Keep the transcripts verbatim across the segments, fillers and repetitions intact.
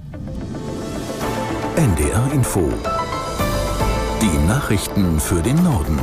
N D R Info. Die Nachrichten für den Norden.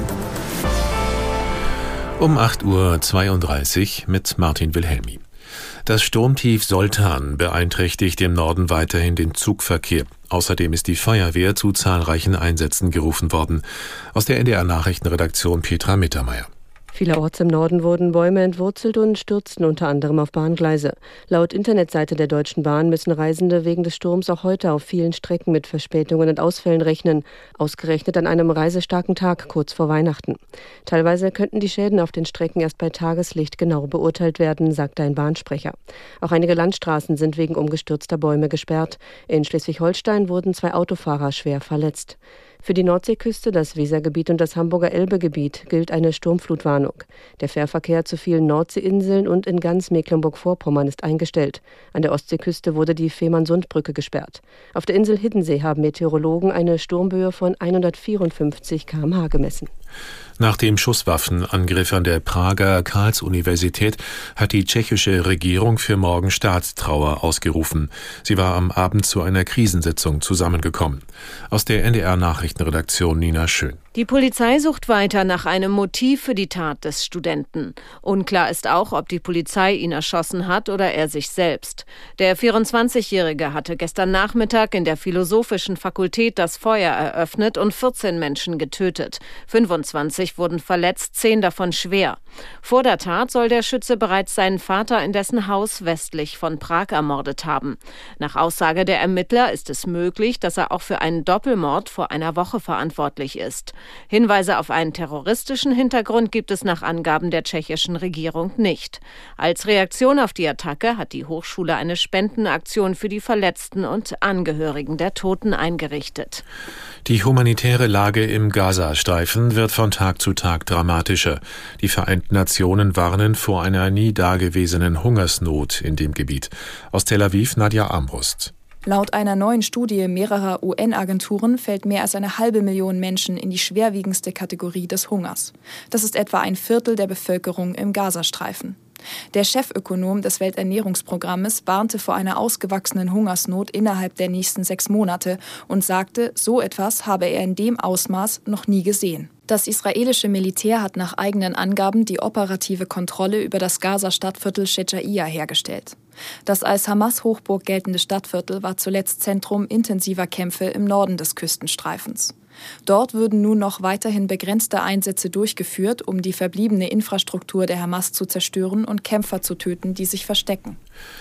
Um acht Uhr zweiunddreißig mit Martin Wilhelmi. Das Sturmtief Soltan beeinträchtigt im Norden weiterhin den Zugverkehr. Außerdem ist die Feuerwehr zu zahlreichen Einsätzen gerufen worden. Aus der N D R-Nachrichtenredaktion Petra Mittermeier. Vielerorts im Norden wurden Bäume entwurzelt und stürzten unter anderem auf Bahngleise. Laut Internetseite der Deutschen Bahn müssen Reisende wegen des Sturms auch heute auf vielen Strecken mit Verspätungen und Ausfällen rechnen, ausgerechnet an einem reisestarken Tag kurz vor Weihnachten. Teilweise könnten die Schäden auf den Strecken erst bei Tageslicht genau beurteilt werden, sagte ein Bahnsprecher. Auch einige Landstraßen sind wegen umgestürzter Bäume gesperrt. In Schleswig-Holstein wurden zwei Autofahrer schwer verletzt. Für die Nordseeküste, das Wesergebiet und das Hamburger Elbegebiet gilt eine Sturmflutwarnung. Der Fährverkehr zu vielen Nordseeinseln und in ganz Mecklenburg-Vorpommern ist eingestellt. An der Ostseeküste wurde die Fehmarnsundbrücke gesperrt. Auf der Insel Hiddensee haben Meteorologen eine Sturmböe von hundertvierundfünfzig Kilometer pro Stunde gemessen. Nach dem Schusswaffenangriff an der Prager Karls-Universität hat die tschechische Regierung für morgen Staatstrauer ausgerufen. Sie war am Abend zu einer Krisensitzung zusammengekommen. Aus der N D R-Nachrichtenredaktion Nina Schön. Die Polizei sucht weiter nach einem Motiv für die Tat des Studenten. Unklar ist auch, ob die Polizei ihn erschossen hat oder er sich selbst. Der vierundzwanzigjährige hatte gestern Nachmittag in der Philosophischen Fakultät das Feuer eröffnet und vierzehn Menschen getötet. fünfundzwanzig wurden verletzt, zehn davon schwer. Vor der Tat soll der Schütze bereits seinen Vater in dessen Haus westlich von Prag ermordet haben. Nach Aussage der Ermittler ist es möglich, dass er auch für einen Doppelmord vor einer Woche verantwortlich ist. Hinweise auf einen terroristischen Hintergrund gibt es nach Angaben der tschechischen Regierung nicht. Als Reaktion auf die Attacke hat die Hochschule eine Spendenaktion für die Verletzten und Angehörigen der Toten eingerichtet. Die humanitäre Lage im Gazastreifen wird von Tag zu Tag dramatischer. Die Vereinten Nationen warnen vor einer nie dagewesenen Hungersnot in dem Gebiet. Aus Tel Aviv Nadja Armbrust. Laut einer neuen Studie mehrerer U N-Agenturen fällt mehr als eine halbe Million Menschen in die schwerwiegendste Kategorie des Hungers. Das ist etwa ein Viertel der Bevölkerung im Gazastreifen. Der Chefökonom des Welternährungsprogrammes warnte vor einer ausgewachsenen Hungersnot innerhalb der nächsten sechs Monate und sagte, so etwas habe er in dem Ausmaß noch nie gesehen. Das israelische Militär hat nach eigenen Angaben die operative Kontrolle über das Gaza-Stadtviertel Shejaia hergestellt. Das als Hamas-Hochburg geltende Stadtviertel war zuletzt Zentrum intensiver Kämpfe im Norden des Küstenstreifens. Dort würden nun noch weiterhin begrenzte Einsätze durchgeführt, um die verbliebene Infrastruktur der Hamas zu zerstören und Kämpfer zu töten, die sich verstecken.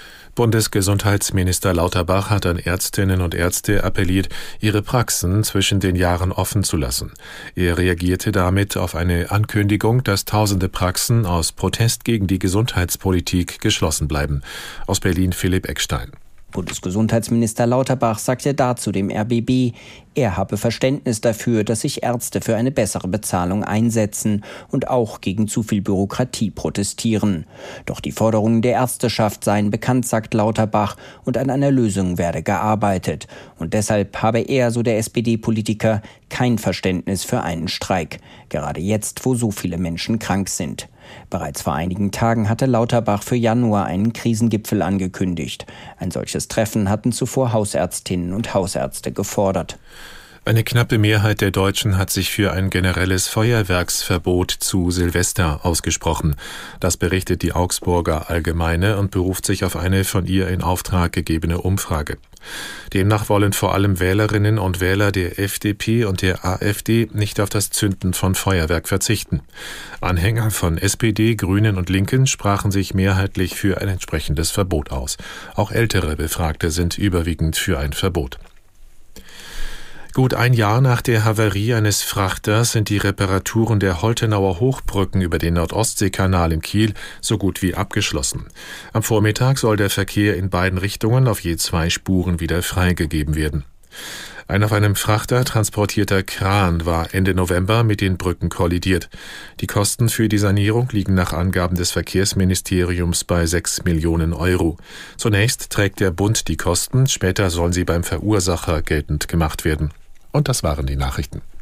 Bundesgesundheitsminister Lauterbach hat an Ärztinnen und Ärzte appelliert, ihre Praxen zwischen den Jahren offen zu lassen. Er reagierte damit auf eine Ankündigung, dass tausende Praxen aus Protest gegen die Gesundheitspolitik geschlossen bleiben. Aus Berlin Philipp Eckstein. Bundesgesundheitsminister Lauterbach sagte dazu dem R B B, er habe Verständnis dafür, dass sich Ärzte für eine bessere Bezahlung einsetzen und auch gegen zu viel Bürokratie protestieren. Doch die Forderungen der Ärzteschaft seien bekannt, sagt Lauterbach, und an einer Lösung werde gearbeitet. Und deshalb habe er, so der S P D-Politiker, kein Verständnis für einen Streik. Gerade jetzt, wo so viele Menschen krank sind. Bereits vor einigen Tagen hatte Lauterbach für Januar einen Krisengipfel angekündigt. Ein solches Treffen hatten zuvor Hausärztinnen und Hausärzte gefordert. Eine knappe Mehrheit der Deutschen hat sich für ein generelles Feuerwerksverbot zu Silvester ausgesprochen. Das berichtet die Augsburger Allgemeine und beruft sich auf eine von ihr in Auftrag gegebene Umfrage. Demnach wollen vor allem Wählerinnen und Wähler der F D P und der A f D nicht auf das Zünden von Feuerwerk verzichten. Anhänger von S P D, Grünen und Linken sprachen sich mehrheitlich für ein entsprechendes Verbot aus. Auch ältere Befragte sind überwiegend für ein Verbot. Gut ein Jahr nach der Havarie eines Frachters sind die Reparaturen der Holtenauer Hochbrücken über den Nordostseekanal in Kiel so gut wie abgeschlossen. Am Vormittag soll der Verkehr in beiden Richtungen auf je zwei Spuren wieder freigegeben werden. Ein auf einem Frachter transportierter Kran war Ende November mit den Brücken kollidiert. Die Kosten für die Sanierung liegen nach Angaben des Verkehrsministeriums bei sechs Millionen Euro. Zunächst trägt der Bund die Kosten, später sollen sie beim Verursacher geltend gemacht werden. Und das waren die Nachrichten.